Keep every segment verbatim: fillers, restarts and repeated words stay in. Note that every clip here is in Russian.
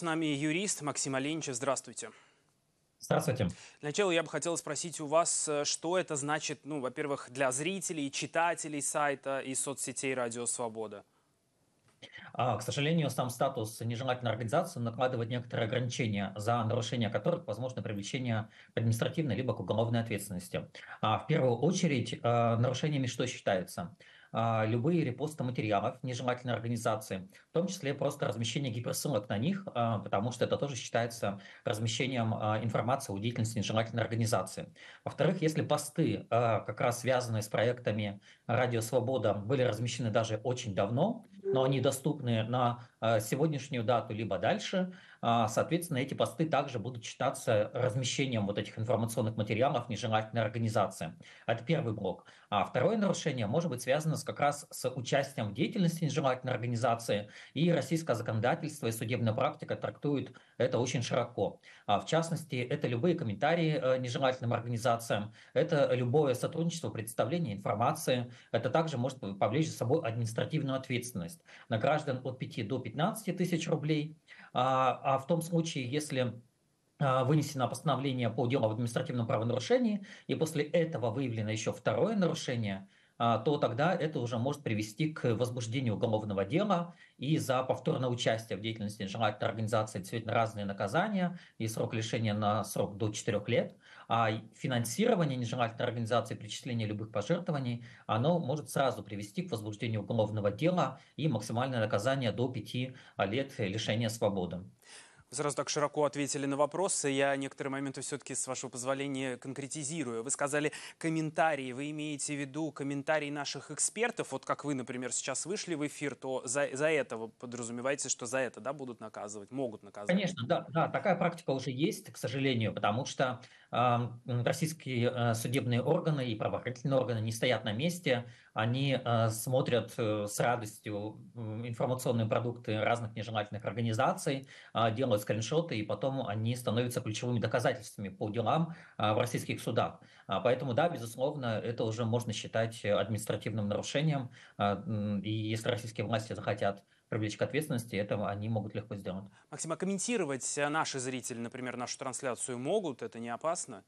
с нами юрист Максим Оленичев. Здравствуйте. Здравствуйте. Для начала я бы хотел спросить у вас, э, что это значит, ну, во-первых, для зрителей, читателей сайта и соцсетей «Радио Свобода». А, К сожалению, сам статус нежелательной организации накладывает некоторые ограничения, за нарушение которых возможно привлечение к административной либо к уголовной ответственности. А В первую очередь, а, нарушениями что считается? А, Любые репосты материалов нежелательной организации, в том числе просто размещение гиперссылок на них, а, потому что это тоже считается размещением а, информации о деятельности нежелательной организации. Во-вторых, если посты, а, как раз связанные с проектами «Радио Свобода», были размещены даже очень давно, но они доступны на э, сегодняшнюю дату либо дальше, а, соответственно, эти посты также будут считаться размещением вот этих информационных материалов нежелательной организации. Это первый блок. А второе нарушение может быть связано с, как раз с участием в деятельности нежелательной организации, и российское законодательство и судебная практика трактуют это очень широко. А В частности, это любые комментарии э, нежелательным организациям, это любое сотрудничество, представление информации, это также может повлечь за собой административную ответственность на граждан от пяти до пятнадцати тысяч рублей. А, а в том случае, если а, вынесено постановление по делу об административном правонарушении, и после этого выявлено еще второе нарушение, а, то тогда это уже может привести к возбуждению уголовного дела, и за повторное участие в деятельности нежелательной организации действительно разные наказания, и срок лишения на срок до четырёх лет, а финансирование нежелательной организации, причисление любых пожертвований, оно может сразу привести к возбуждению уголовного дела и максимальное наказание до пяти лет лишения свободы. Вы сразу так широко ответили на вопросы. Я некоторые моменты все-таки, с вашего позволения, конкретизирую. Вы сказали комментарии. Вы имеете в виду комментарии наших экспертов? Вот как вы, например, сейчас вышли в эфир, то за, за это вы подразумеваете, что за это, да, будут наказывать, могут наказать? Конечно, да, да, такая практика уже есть, к сожалению, потому что э, российские э, судебные органы и правоохранительные органы не стоят на месте, они э, смотрят э, с радостью э, информационные продукты разных нежелательных организаций, э, делают скриншоты, и потом они становятся ключевыми доказательствами по делам э, в российских судах. А, Поэтому, да, безусловно, это уже можно считать административным нарушением, э, м, и если российские власти захотят привлечь к ответственности, это они могут легко сделать. Максим, а комментировать э, наши зрители, например, нашу трансляцию могут? Это не опасно?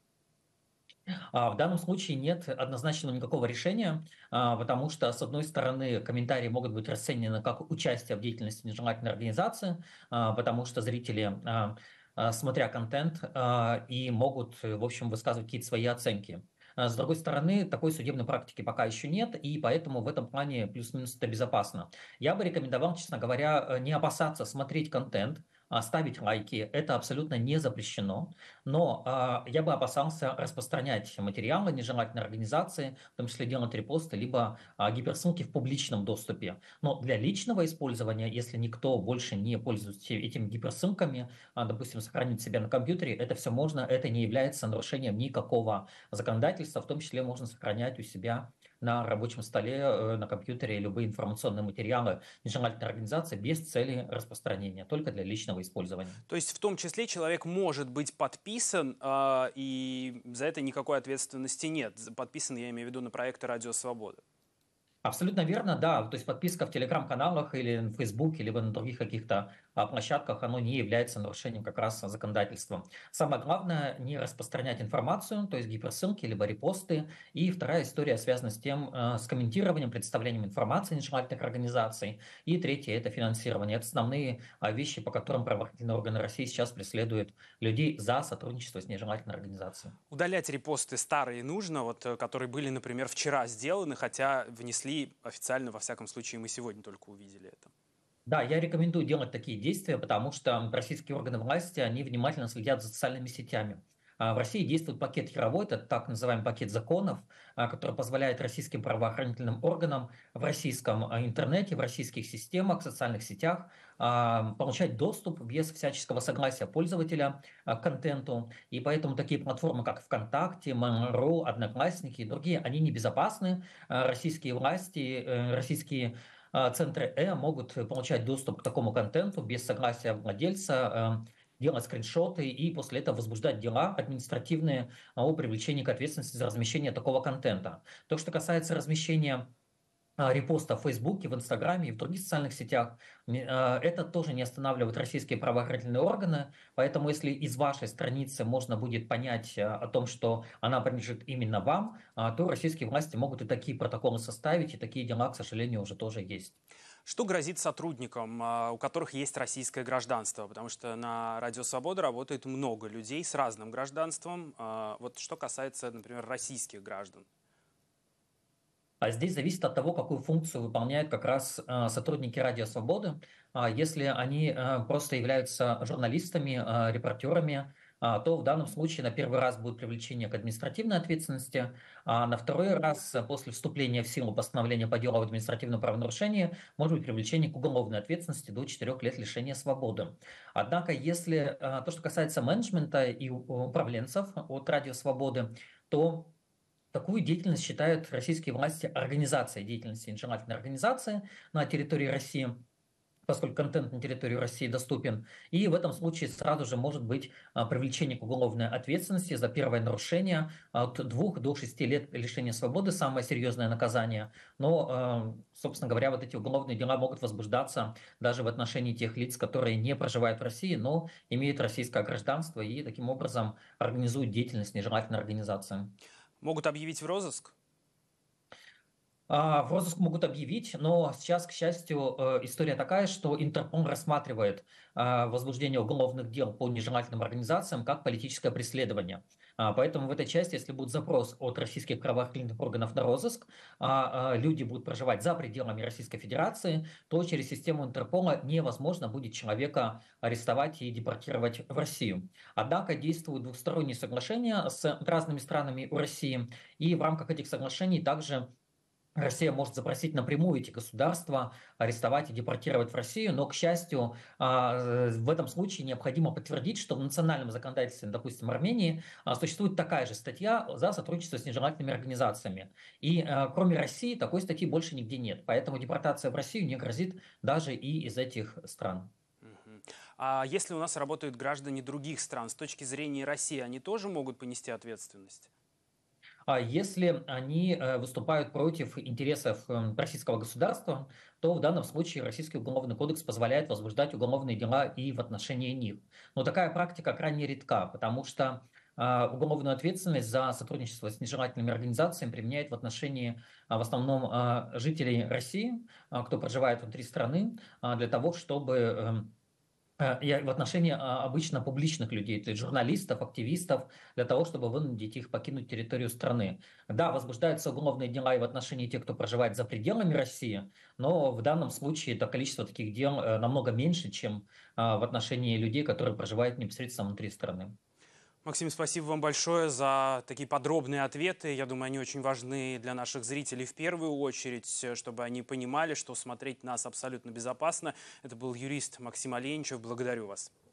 А, В данном случае нет однозначного никакого решения, а, потому что, с одной стороны, комментарии могут быть расценены как участие в деятельности нежелательной организации, а, потому что зрители, а, а, смотря контент, а, и могут, в общем, высказывать какие-то свои оценки. А С другой стороны, такой судебной практики пока еще нет, и поэтому в этом плане плюс-минус это безопасно. Я бы рекомендовал, честно говоря, э, не опасаться смотреть контент, а, ставить лайки, это абсолютно не запрещено, но а, я бы опасался распространять материалы нежелательной организации, в том числе делать репосты, либо а, гиперссылки в публичном доступе. Но для личного использования, если никто больше не пользуется этими гиперссылками, а, допустим, сохранить себя на компьютере, это все можно, это не является нарушением никакого законодательства, в том числе можно сохранять у себя на рабочем столе, э, на компьютере любые информационные материалы нежелательной организации без цели распространения, только для личного использования. То есть в том числе человек может быть подписан, а, и за это никакой ответственности нет. Подписан, я имею в виду, на проекты «Радио Свобода». Абсолютно верно, да. То есть подписка в телеграм-каналах или в Фейсбуке, либо на других каких-то а, площадках, оно не является нарушением как раз законодательства. Самое главное, не распространять информацию, то есть гиперссылки, либо репосты. И вторая история связана с тем, э, с комментированием, представлением информации нежелательных организаций. И третье– это финансирование. Это основные а, вещи, по которым правоохранительные органы России сейчас преследуют людей за сотрудничество с нежелательной организацией. Удалять репосты старые нужно, вот, э, которые были, например, вчера сделаны, хотя внесли официально, во всяком случае, мы сегодня только увидели это. Да, я рекомендую делать такие действия, потому что российские органы власти, они внимательно следят за социальными сетями. А В России действует пакет Яровой, это так называемый пакет законов, а, который позволяет российским правоохранительным органам в российском а, интернете, в российских системах, социальных сетях а, получать доступ без всяческого согласия пользователя а, к контенту. И поэтому такие платформы, как ВКонтакте, Mail.ru, Одноклассники и другие, они небезопасны. А, Российские власти, э, российские а, центры Э могут получать доступ к такому контенту без согласия владельца, э, делать скриншоты и после этого возбуждать дела административные о привлечении к ответственности за размещение такого контента. То, что касается размещения а, репостов в Фейсбуке, в Инстаграме и в других социальных сетях, не- а, это тоже не останавливает российские правоохранительные органы. Поэтому если из вашей страницы можно будет понять а, о том, что она принадлежит именно вам, а, то российские власти могут и такие протоколы составить, и такие дела, к сожалению, уже тоже есть. Что грозит сотрудникам, а, у которых есть российское гражданство? Потому что на Радио Свобода работает много людей с разным гражданством. А, Вот что касается, например, российских граждан. А здесь зависит от того, какую функцию выполняют как раз а, сотрудники Радио Свободы. А Если они а, просто являются журналистами, а, репортерами, а, то в данном случае на первый раз будет привлечение к административной ответственности, а на второй раз а, после вступления в силу постановления по делу об административном правонарушении может быть привлечение к уголовной ответственности до четырёх лет лишения свободы. Однако, если а, то, что касается менеджмента и у- управленцев от Радио Свободы, то такую деятельность считают российские власти организацией деятельности нежелательной организации на территории России, поскольку контент на территории России доступен. И в этом случае сразу же может быть а, привлечение к уголовной ответственности за первое нарушение от двух до шести лет лишения свободы, самое серьезное наказание. Но, а, собственно говоря, вот эти уголовные дела могут возбуждаться даже в отношении тех лиц, которые не проживают в России, но имеют российское гражданство и таким образом организуют деятельность нежелательной организации. Могут объявить в розыск? А, В розыск могут объявить, но сейчас, к счастью, э, история такая, что Интерпол рассматривает а, возбуждение уголовных дел по нежелательным организациям как политическое преследование. А, Поэтому в этой части, если будет запрос от российских правоохранительных органов на розыск, а а, люди будут проживать за пределами Российской Федерации, то через систему Интерпола невозможно будет человека арестовать и депортировать в Россию. Однако действуют двусторонние соглашения с разными странами у России, и в рамках этих соглашений также Россия может запросить напрямую эти государства, арестовать и депортировать в Россию, но, к счастью, а, в этом случае необходимо подтвердить, что в национальном законодательстве, допустим, Армении, а, существует такая же статья за сотрудничество с нежелательными организациями. И а, кроме России такой статьи больше нигде нет, поэтому депортация в Россию не грозит даже и из этих стран. Мгм. А если у нас работают граждане других стран, с точки зрения России, они тоже могут понести ответственность? А если они э, выступают против интересов эм, российского государства, то в данном случае Российский уголовный кодекс позволяет возбуждать уголовные дела и в отношении них. Но такая практика крайне редка, потому что а, уголовную ответственность за сотрудничество с нежелательными организациями применяют в отношении а, в основном а, жителей России, а, кто проживает внутри страны, а, для того, чтобы эм, Э, Я в отношении а, обычно публичных людей, то есть журналистов, активистов, для того, чтобы вынудить их покинуть территорию страны. Да, возбуждаются уголовные дела и в отношении тех, кто проживает за пределами России, но в данном случае это количество таких дел э, намного меньше, чем а, в отношении людей, которые проживают непосредственно внутри страны. Максим, спасибо вам большое за такие подробные ответы. Я думаю, они очень важны для наших зрителей в первую очередь, э, чтобы они понимали, что смотреть нас абсолютно безопасно. Это был юрист Максим Оленичев. Благодарю вас.